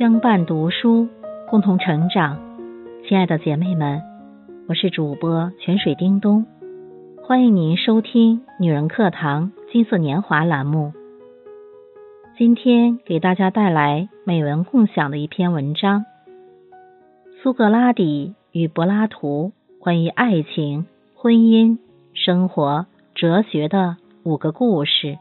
相伴读书，共同成长。亲爱的姐妹们，我是主播泉水叮咚，欢迎您收听女人课堂金色年华栏目。今天给大家带来美文共享的一篇文章，苏格拉底与柏拉图关于爱情、婚姻、生活、哲学的5个故事。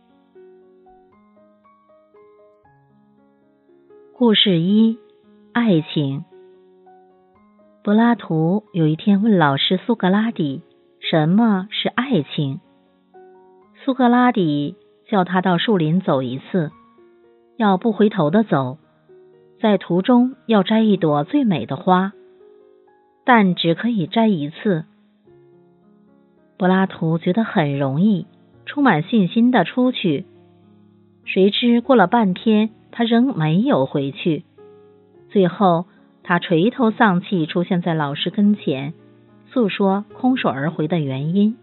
故事1：爱情。柏拉图有一天问老师苏格拉底，什么是爱情？苏格拉底叫他到树林走一次，要不回头的走，在途中要摘一朵最美的花，但只可以摘一次。柏拉图觉得很容易，充满信心地出去，谁知过了半天，他仍没有回去。最后他垂头丧气出现在老师跟前，诉说空手而回的原因。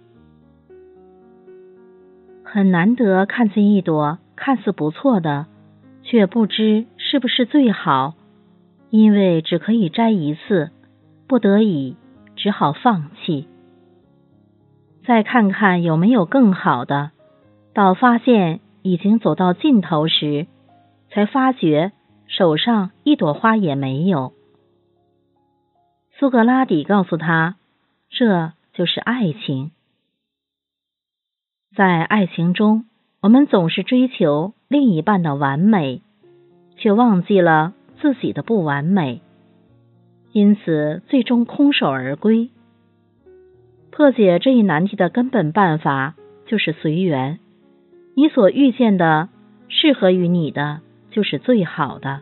很难得看见一朵看似不错的，却不知是不是最好，因为只可以摘一次，不得已只好放弃。再看看有没有更好的，到发现已经走到尽头时，才发觉手上一朵花也没有。苏格拉底告诉他，这就是爱情。在爱情中，我们总是追求另一半的完美，却忘记了自己的不完美，因此最终空手而归。破解这一难题的根本办法就是随缘，你所遇见的适合于你的就是最好的。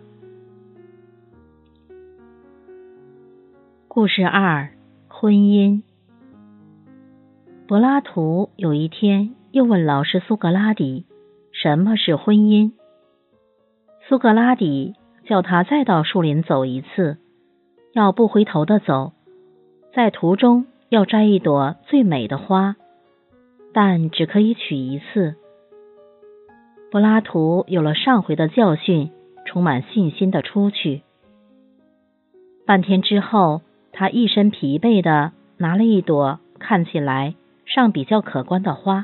故事2：婚姻。柏拉图有一天又问老师苏格拉底，什么是婚姻？苏格拉底叫他再到树林走一次，要不回头的走，在途中要摘一朵最美的花，但只可以取一次。柏拉图有了上回的教训，充满信心地出去。半天之后，他一身疲惫地拿了一朵看起来尚比较可观的花。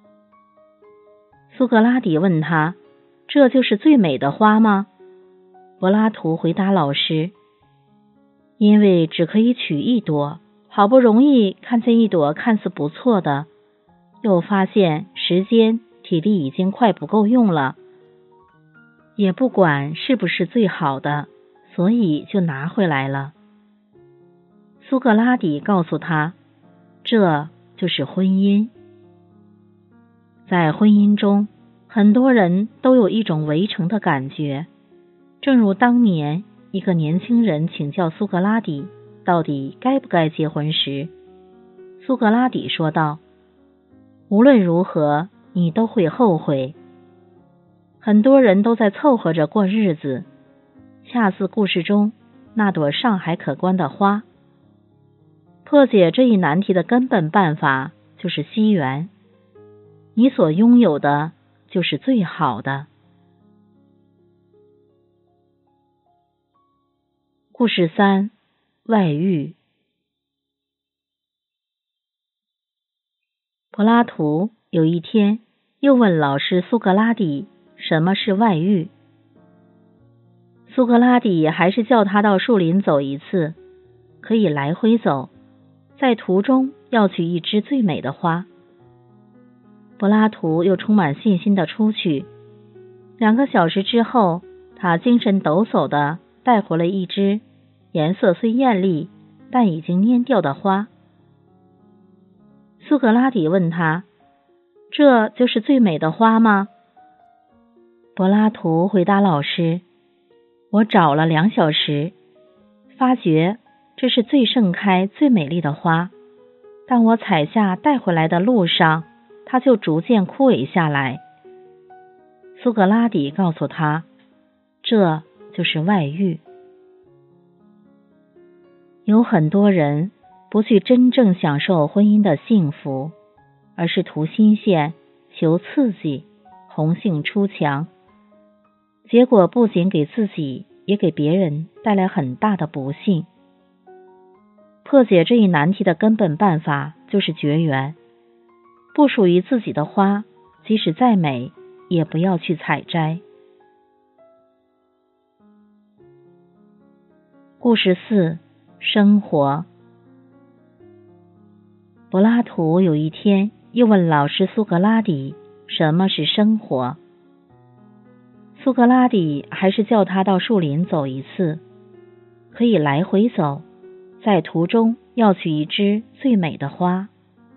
苏格拉底问他，这就是最美的花吗？柏拉图回答老师，因为只可以取一朵，好不容易看见一朵看似不错的，又发现时间体力已经快不够用了，也不管是不是最好的，所以就拿回来了。苏格拉底告诉他，这就是婚姻。在婚姻中，很多人都有一种围城的感觉，正如当年一个年轻人请教苏格拉底到底该不该结婚时，苏格拉底说道，无论如何你都会后悔。很多人都在凑合着过日子，恰似故事中那朵上海可观的花。破解这一难题的根本办法就是惜缘，你所拥有的就是最好的。故事3：外遇。柏拉图有一天又问老师苏格拉底，什么是外遇？苏格拉底还是叫他到树林走一次，可以来回走，在途中要取一枝最美的花。柏拉图又充满信心地出去，2个小时之后，他精神抖擞地带回了一枝颜色虽艳丽，但已经蔫掉的花。苏格拉底问他，这就是最美的花吗？柏拉图回答老师，我找了2小时，发觉这是最盛开最美丽的花，但我采下带回来的路上，它就逐渐枯萎下来。苏格拉底告诉他，这就是外遇。有很多人不去真正享受婚姻的幸福，而是图新鲜，求刺激，红杏出墙，结果不仅给自己也给别人带来很大的不幸。破解这一难题的根本办法就是绝缘，不属于自己的花，即使再美，也不要去采摘。故事4：生活。柏拉图有一天又问老师苏格拉底什么是生活。苏格拉底还是叫他到树林走一次，可以来回走，在途中要取一枝最美的花。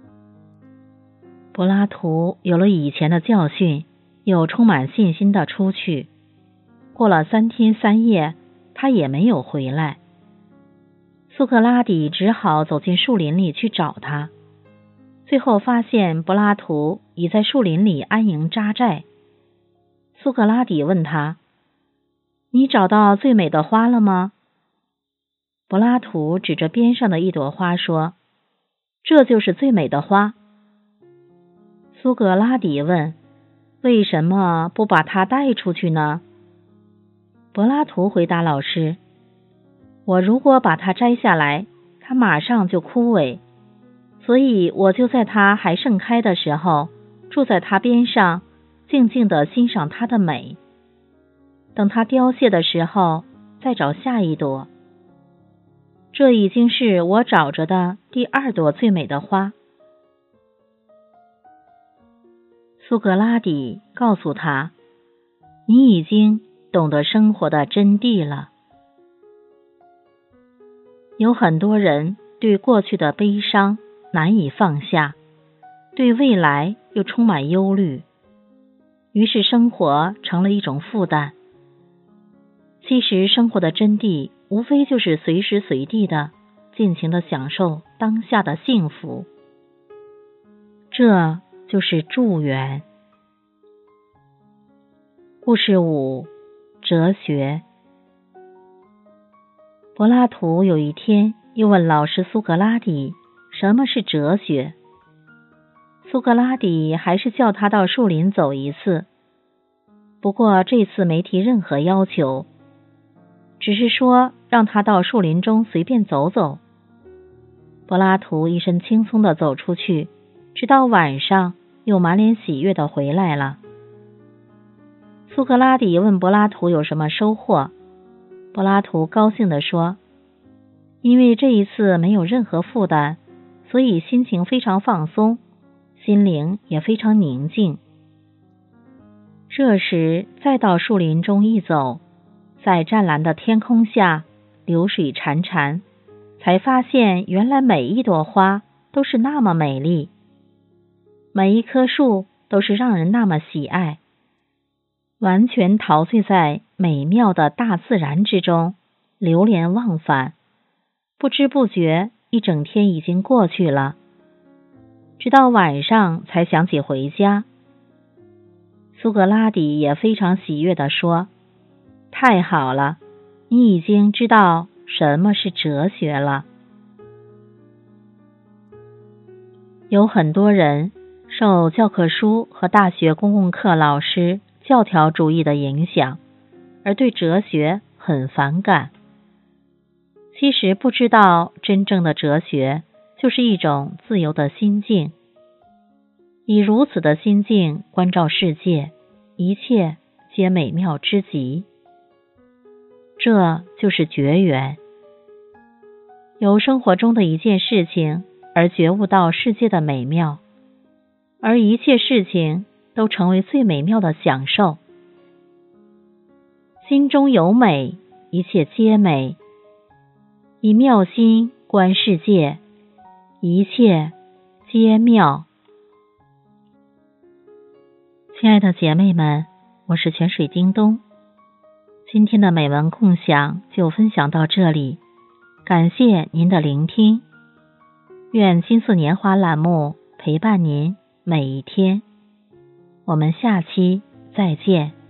柏拉图有了以前的教训，又充满信心地出去。过了3天3夜，他也没有回来。苏格拉底只好走进树林里去找他，最后发现柏拉图已在树林里安营扎寨。苏格拉底问他：“你找到最美的花了吗？”柏拉图指着边上的一朵花说：“这就是最美的花。”苏格拉底问：“为什么不把它带出去呢？”柏拉图回答老师：“我如果把它摘下来，它马上就枯萎，所以我就在它还盛开的时候，住在它边上，静静地欣赏它的美。等它凋谢的时候，再找下一朵。这已经是我找着的第2朵最美的花。”苏格拉底告诉他：“你已经懂得生活的真谛了。”有很多人对过去的悲伤难以放下，对未来又充满忧虑，于是生活成了一种负担。其实生活的真谛无非就是随时随地的尽情地享受当下的幸福，这就是祝愿。故事5：哲学。柏拉图有一天又问老师苏格拉底什么是哲学。苏格拉底还是叫他到树林走一次，不过这次没提任何要求，只是说让他到树林中随便走走。柏拉图一身轻松地走出去，直到晚上又满脸喜悦地回来了。苏格拉底问柏拉图有什么收获，柏拉图高兴地说：“因为这一次没有任何负担，所以心情非常放松，心灵也非常宁静。”这时再到树林中一走，在湛蓝的天空下，流水潺潺，才发现原来每一朵花都是那么美丽，每一棵树都是让人那么喜爱。完全陶醉在美妙的大自然之中，流连忘返，不知不觉一整天已经过去了，直到晚上才想起回家。苏格拉底也非常喜悦地说：“太好了，你已经知道什么是哲学了。”有很多人受教科书和大学公共课老师教条主义的影响，而对哲学很反感。其实不知道真正的哲学就是一种自由的心境，以如此的心境关照世界，一切皆美妙之极。这就是觉缘，由生活中的一件事情而觉悟到世界的美妙，而一切事情都成为最美妙的享受。心中有美，一切皆美。以妙心观世界，一切皆妙。亲爱的姐妹们，我是泉水叮咚。今天的美文共享就分享到这里，感谢您的聆听。愿金色年华栏目陪伴您每一天。我们下期再见。